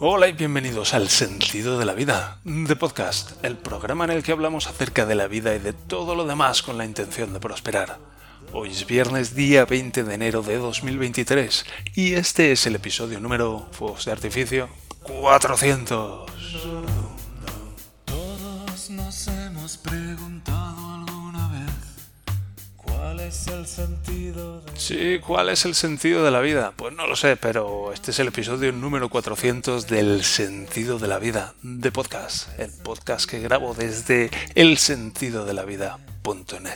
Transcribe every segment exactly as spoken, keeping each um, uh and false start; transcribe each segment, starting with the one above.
Hola y bienvenidos al Sentido de la Vida, de Podcast, el programa en el que hablamos acerca de la vida y de todo lo demás con la intención de prosperar. Hoy es viernes, día veinte de enero de dos mil veintitrés, y este es el episodio número, fuegos de artificio, cuatrocientos. Todos nos hemos preguntado alguna vez cuál es el sentido de... Sí, ¿cuál es el sentido de la vida? Pues no lo sé, pero este es el episodio número cuatrocientos del Sentido de la Vida, de Podcast, el podcast que grabo desde el sentido de la vida punto net.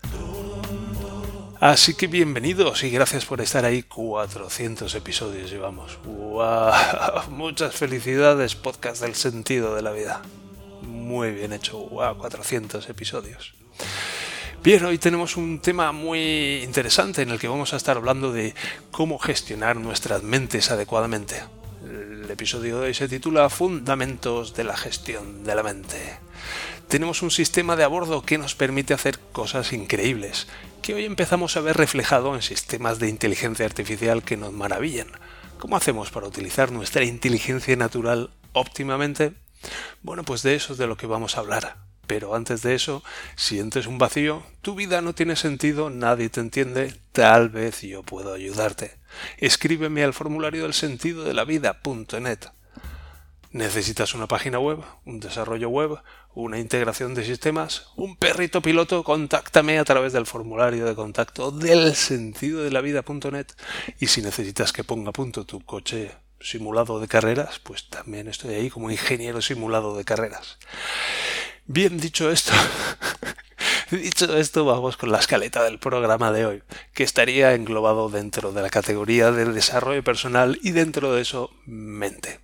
Así que bienvenidos y gracias por estar ahí. cuatrocientos episodios llevamos. ¡Wow! Muchas felicidades, podcast del sentido de la vida. Muy bien hecho. ¡Wow! cuatrocientos episodios. Bien, hoy tenemos un tema muy interesante en el que vamos a estar hablando de cómo gestionar nuestras mentes adecuadamente. El episodio de hoy se titula Fundamentos de la gestión de la mente. Tenemos un sistema de a bordo que nos permite hacer cosas increíbles, que hoy empezamos a ver reflejado en sistemas de inteligencia artificial que nos maravillan. ¿Cómo hacemos para utilizar nuestra inteligencia natural óptimamente? Bueno, pues de eso es de lo que vamos a hablar. Pero antes de eso, sientes un vacío, tu vida no tiene sentido, nadie te entiende, tal vez yo puedo ayudarte. Escríbeme al formulario del sentido de la vida punto net. ¿Necesitas una página web, un desarrollo web, una integración de sistemas, un perrito piloto? Contáctame a través del formulario de contacto del sentido de la vida punto net. Y si necesitas que ponga a punto tu coche simulado de carreras, pues también estoy ahí como ingeniero simulado de carreras. Bien, dicho esto, dicho esto, vamos con la escaleta del programa de hoy, que estaría englobado dentro de la categoría del desarrollo personal y dentro de eso, mente.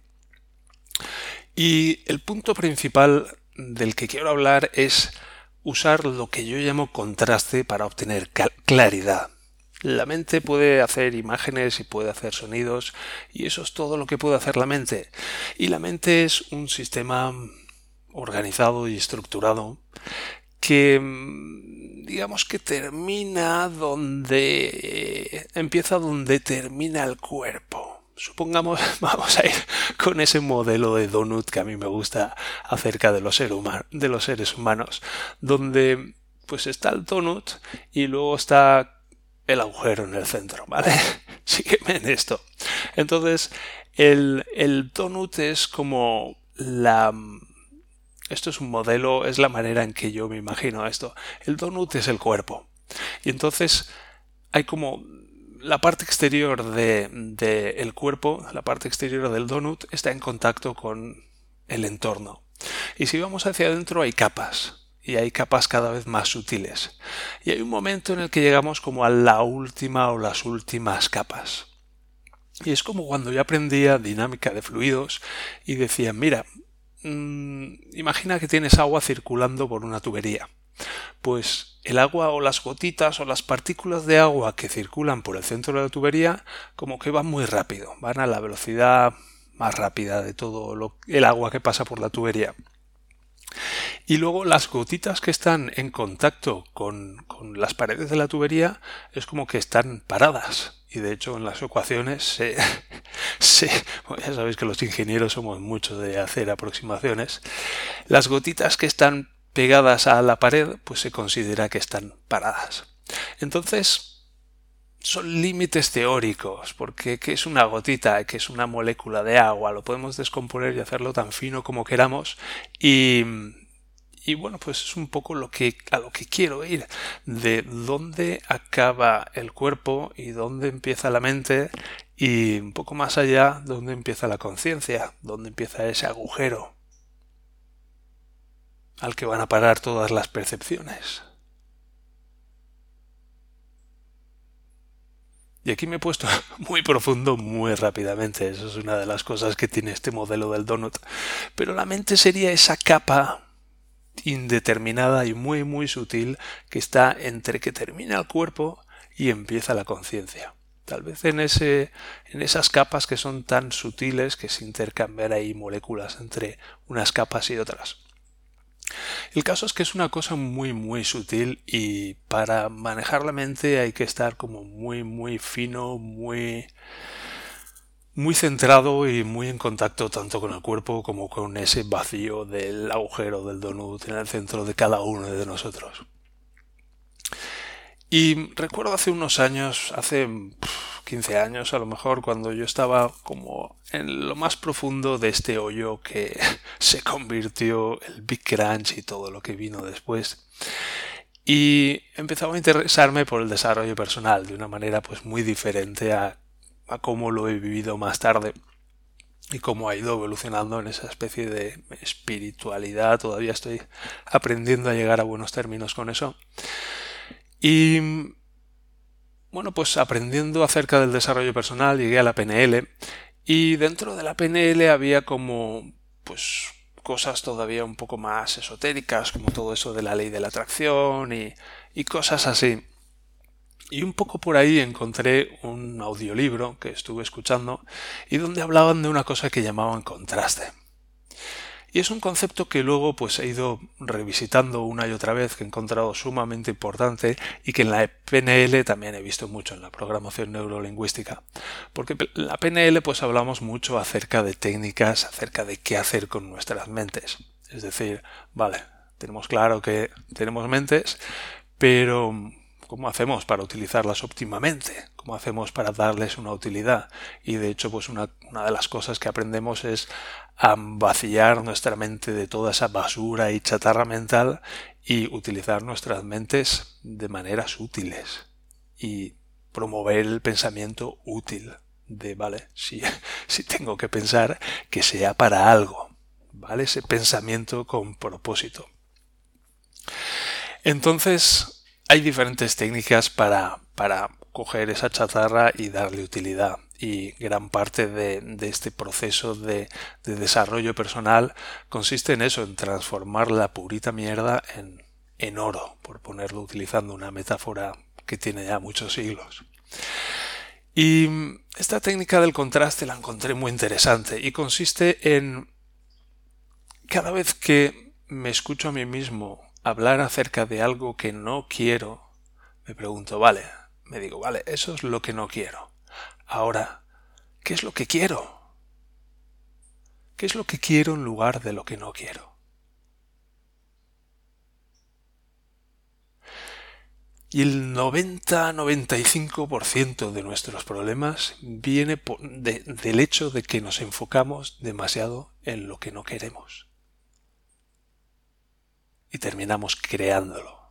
Y el punto principal del que quiero hablar es usar lo que yo llamo contraste para obtener claridad. La mente puede hacer imágenes y puede hacer sonidos, y eso es todo lo que puede hacer la mente. Y la mente es un sistema organizado y estructurado que, digamos que termina donde empieza donde termina el cuerpo. Supongamos, vamos a ir con ese modelo de donut que a mí me gusta acerca de los, ser humano, de los seres humanos, donde pues está el donut y luego está el agujero en el centro, ¿vale? Sígueme en esto. Entonces, el, el donut es como la... Esto es un modelo, es la manera en que yo me imagino esto. El donut es el cuerpo. Y entonces hay como la parte exterior de, de el cuerpo, la parte exterior del donut está en contacto con el entorno. Y si vamos hacia adentro hay capas. Y hay capas cada vez más sutiles. Y hay un momento en el que llegamos como a la última o las últimas capas. Y es como cuando yo aprendía dinámica de fluidos y decía, mira, mmm, imagina que tienes agua circulando por una tubería. Pues el agua o las gotitas o las partículas de agua que circulan por el centro de la tubería como que van muy rápido, van a la velocidad más rápida de todo lo, el agua que pasa por la tubería. Y luego las gotitas que están en contacto con, con las paredes de la tubería es como que están paradas. Y de hecho en las ecuaciones se, se, bueno, ya sabéis que los ingenieros somos muchos de hacer aproximaciones. Las gotitas que están pegadas a la pared pues se considera que están paradas. Entonces son límites teóricos, porque ¿qué es una gotita? ¿Qué es una molécula de agua? Lo podemos descomponer y hacerlo tan fino como queramos y... Y bueno, pues es un poco lo que, a lo que quiero ir, de dónde acaba el cuerpo y dónde empieza la mente y un poco más allá, dónde empieza la conciencia, dónde empieza ese agujero al que van a parar todas las percepciones. Y aquí me he puesto muy profundo muy rápidamente, eso es una de las cosas que tiene este modelo del donut, pero la mente sería esa capa indeterminada y muy muy sutil que está entre que termina el cuerpo y empieza la conciencia. Tal vez en ese en esas capas que son tan sutiles que se intercambian ahí moléculas entre unas capas y otras. El caso es que es una cosa muy muy sutil y para manejar la mente hay que estar como muy muy fino, muy muy centrado y muy en contacto tanto con el cuerpo como con ese vacío del agujero del donut en el centro de cada uno de nosotros. Y recuerdo hace unos años, hace quince años a lo mejor, cuando yo estaba como en lo más profundo de este hoyo que se convirtió el Big Crunch y todo lo que vino después. Y empezaba a interesarme por el desarrollo personal de una manera pues muy diferente a, a cómo lo he vivido más tarde y cómo ha ido evolucionando en esa especie de espiritualidad. Todavía estoy aprendiendo a llegar a buenos términos con eso. Y bueno, pues aprendiendo acerca del desarrollo personal llegué a la P N L y dentro de la P N L había como pues cosas todavía un poco más esotéricas, como todo eso de la ley de la atracción y, y cosas así. Y un poco por ahí encontré un audiolibro que estuve escuchando y donde hablaban de una cosa que llamaban contraste. Y es un concepto que luego pues he ido revisitando una y otra vez, que he encontrado sumamente importante y que en la P N L también he visto mucho, en la programación neurolingüística. Porque en la P N L pues hablamos mucho acerca de técnicas, acerca de qué hacer con nuestras mentes. Es decir, vale, tenemos claro que tenemos mentes, pero ¿cómo hacemos para utilizarlas óptimamente? ¿Cómo hacemos para darles una utilidad? Y de hecho, pues una, una de las cosas que aprendemos es a vaciar nuestra mente de toda esa basura y chatarra mental y utilizar nuestras mentes de maneras útiles y promover el pensamiento útil de, vale, si, si tengo que pensar, que sea para algo, ¿vale? Ese pensamiento con propósito. Entonces, hay diferentes técnicas para, para coger esa chatarra y darle utilidad. Y gran parte de, de este proceso de, de desarrollo personal consiste en eso, en transformar la purita mierda en, en oro, por ponerlo utilizando una metáfora que tiene ya muchos siglos. Y esta técnica del contraste la encontré muy interesante y consiste en cada vez que me escucho a mí mismo hablar acerca de algo que no quiero, me pregunto, vale, me digo, vale, eso es lo que no quiero. Ahora, ¿qué es lo que quiero? ¿Qué es lo que quiero en lugar de lo que no quiero? Y el noventa a noventa y cinco por ciento de nuestros problemas viene de, del hecho de que nos enfocamos demasiado en lo que no queremos. Y terminamos creándolo.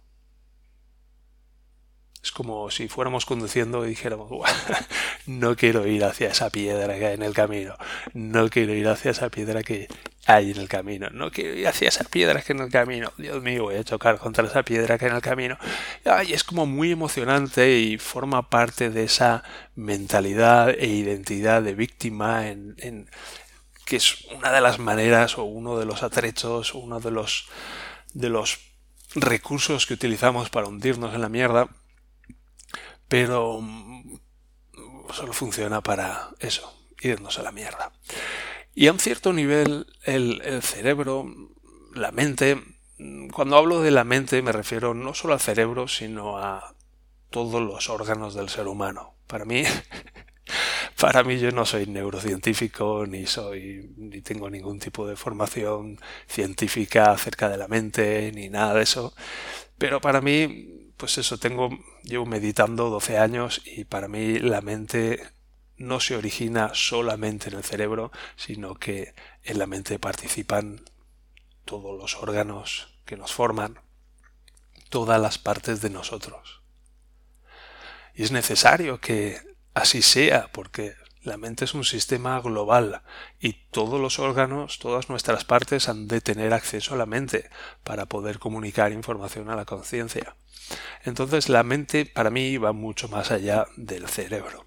Es como si fuéramos conduciendo y dijéramos, no quiero ir hacia esa piedra que hay en el camino, no quiero ir hacia esa piedra que hay en el camino, no quiero ir hacia esa piedra que hay en el camino, Dios mío, voy a chocar contra esa piedra que hay en el camino. Ay, es como muy emocionante y forma parte de esa mentalidad e identidad de víctima, en, en, que es una de las maneras o uno de los atrechos, uno de los, de los recursos que utilizamos para hundirnos en la mierda. Pero solo funciona para eso, irnos a la mierda. Y a un cierto nivel el, el cerebro, la mente, cuando hablo de la mente me refiero no solo al cerebro, sino a todos los órganos del ser humano. Para mí, para mí yo no soy neurocientífico, ni soy, ni tengo ningún tipo de formación científica acerca de la mente, ni nada de eso. Pero para mí, pues eso, tengo, llevo meditando doce años y para mí la mente no se origina solamente en el cerebro, sino que en la mente participan todos los órganos que nos forman, todas las partes de nosotros. Y es necesario que así sea, porque la mente es un sistema global y todos los órganos, todas nuestras partes han de tener acceso a la mente para poder comunicar información a la conciencia. Entonces la mente para mí va mucho más allá del cerebro.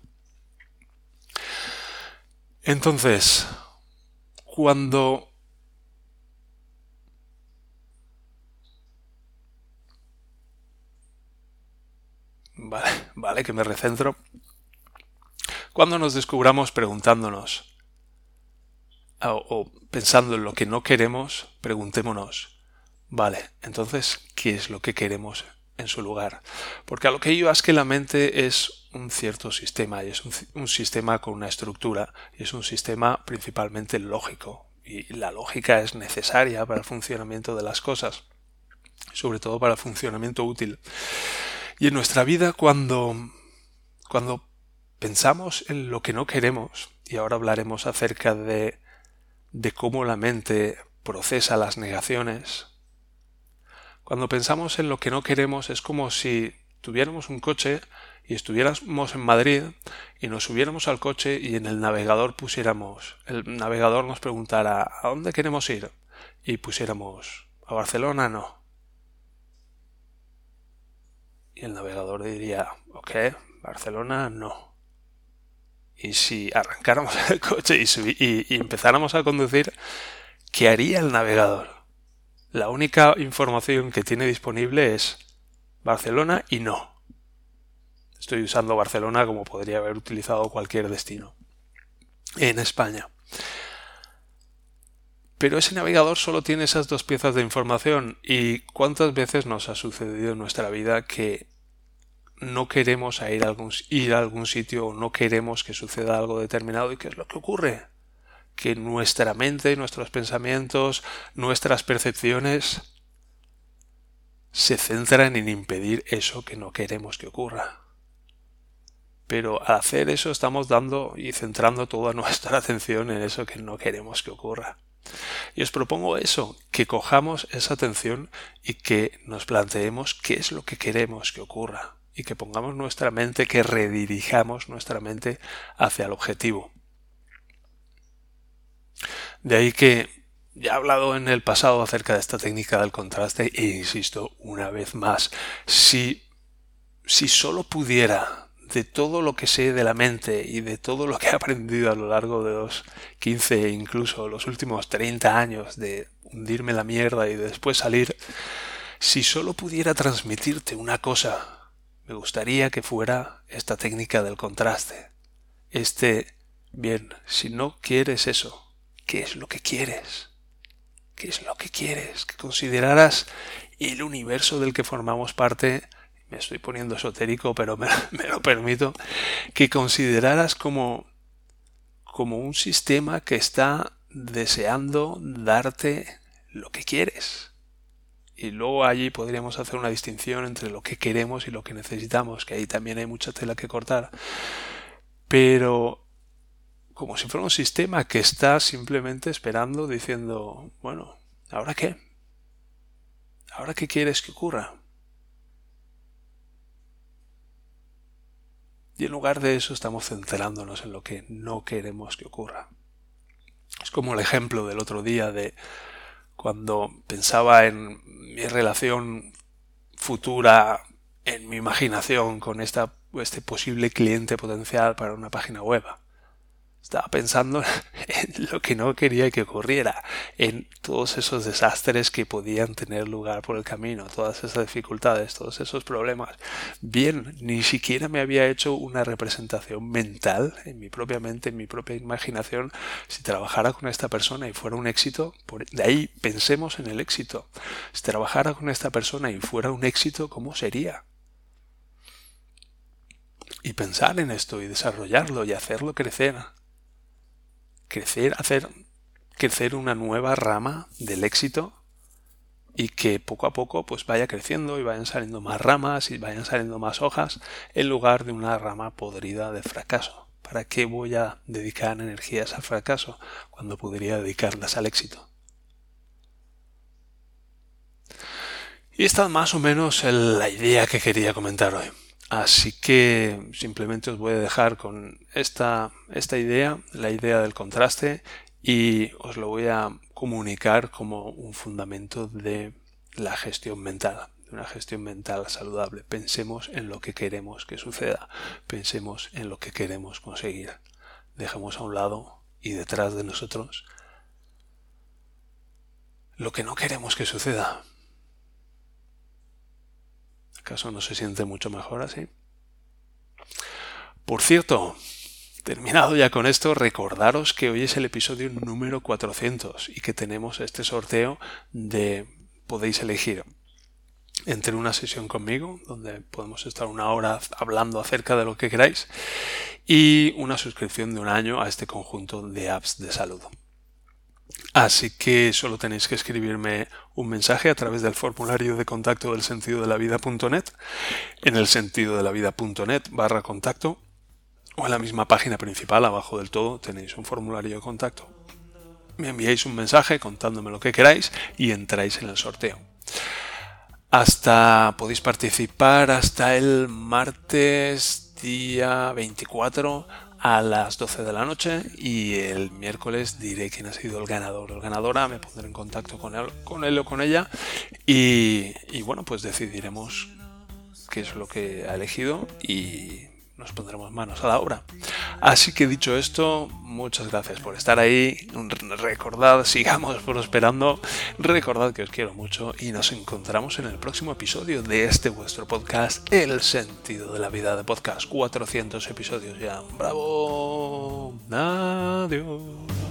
Entonces, cuando Vale, vale, que me recentro. Cuando nos descubramos preguntándonos o, o pensando en lo que no queremos, preguntémonos, vale, entonces, ¿qué es lo que queremos en su lugar. Porque a lo que iba es que la mente es un cierto sistema, y es un, un sistema con una estructura, y es un sistema principalmente lógico. Y la lógica es necesaria para el funcionamiento de las cosas, sobre todo para el funcionamiento útil. Y en nuestra vida, cuando, cuando pensamos en lo que no queremos, y ahora hablaremos acerca de, de cómo la mente procesa las negaciones, cuando pensamos en lo que no queremos es como si tuviéramos un coche y estuviéramos en Madrid y nos subiéramos al coche y en el navegador pusiéramos, el navegador nos preguntara ¿a dónde queremos ir? Y pusiéramos ¿a Barcelona? No. Y el navegador diría ok, Barcelona no. Y si arrancáramos el coche y, subí, y, y empezáramos a conducir, ¿qué haría el navegador? La única información que tiene disponible es Barcelona y no. Estoy usando Barcelona como podría haber utilizado cualquier destino en España. Pero ese navegador solo tiene esas dos piezas de información. ¿Y cuántas veces nos ha sucedido en nuestra vida que no queremos ir a algún, ir a algún sitio o no queremos que suceda algo determinado? ¿Y qué es lo que ocurre? Que nuestra mente, nuestros pensamientos, nuestras percepciones se centran en impedir eso que no queremos que ocurra. Pero al hacer eso estamos dando y centrando toda nuestra atención en eso que no queremos que ocurra. Y os propongo eso, que cojamos esa atención y que nos planteemos qué es lo que queremos que ocurra y que pongamos nuestra mente, que redirijamos nuestra mente hacia el objetivo. De ahí que ya he hablado en el pasado acerca de esta técnica del contraste e insisto una vez más, si, si solo pudiera, de todo lo que sé de la mente y de todo lo que he aprendido a lo largo de los quince e incluso los últimos treinta años de hundirme en la mierda y después salir, si solo pudiera transmitirte una cosa, me gustaría que fuera esta técnica del contraste. Este, bien, si no quieres eso, ¿qué es lo que quieres? ¿Qué es lo que quieres? Que consideraras el universo del que formamos parte, me estoy poniendo esotérico, pero me, me lo permito, que consideraras como, como un sistema que está deseando darte lo que quieres. Y luego allí podríamos hacer una distinción entre lo que queremos y lo que necesitamos, que ahí también hay mucha tela que cortar. Pero como si fuera un sistema que está simplemente esperando, diciendo, bueno, ¿ahora qué? ¿Ahora qué quieres que ocurra? Y en lugar de eso estamos centrándonos en lo que no queremos que ocurra. Es como el ejemplo del otro día de cuando pensaba en mi relación futura, en mi imaginación con esta, este posible cliente potencial para una página web. Estaba pensando en lo que no quería que ocurriera, en todos esos desastres que podían tener lugar por el camino, todas esas dificultades, todos esos problemas. Bien, ni siquiera me había hecho una representación mental en mi propia mente, en mi propia imaginación, si trabajara con esta persona y fuera un éxito. Por, de ahí pensemos en el éxito. Si trabajara con esta persona y fuera un éxito, ¿cómo sería? Y pensar en esto y desarrollarlo y hacerlo crecer. Crecer, hacer crecer una nueva rama del éxito y que poco a poco pues vaya creciendo y vayan saliendo más ramas y vayan saliendo más hojas en lugar de una rama podrida de fracaso. ¿Para qué voy a dedicar energías al fracaso cuando podría dedicarlas al éxito? Y esta es más o menos la idea que quería comentar hoy. Así que simplemente os voy a dejar con esta, esta idea, la idea del contraste, y os lo voy a comunicar como un fundamento de la gestión mental, de una gestión mental saludable. Pensemos en lo que queremos que suceda, pensemos en lo que queremos conseguir. Dejemos a un lado y detrás de nosotros lo que no queremos que suceda. ¿Acaso no se siente mucho mejor así? Por cierto, terminado ya con esto, recordaros que hoy es el episodio número cuatrocientos y que tenemos este sorteo de podéis elegir entre una sesión conmigo, donde podemos estar una hora hablando acerca de lo que queráis, y una suscripción de un año a este conjunto de apps de salud. Así que solo tenéis que escribirme un mensaje a través del formulario de contacto del sentido de la vida punto net, en el sentido de la vida punto net barra contacto, o en la misma página principal, abajo del todo, tenéis un formulario de contacto. Me enviáis un mensaje contándome lo que queráis y entráis en el sorteo. Hasta podéis participar hasta el martes día veinticuatro a las doce de la noche, y el miércoles diré quién ha sido el ganador o ganadora. Me pondré en contacto con él, con él o con ella y, y bueno, pues decidiremos qué es lo que ha elegido y nos pondremos manos a la obra. Así que dicho esto, muchas gracias por estar ahí. Recordad, sigamos prosperando. Recordad que os quiero mucho y nos encontramos en el próximo episodio de este vuestro podcast, El Sentido de la Vida de Podcast. cuatrocientos episodios ya. ¡Bravo! Adiós.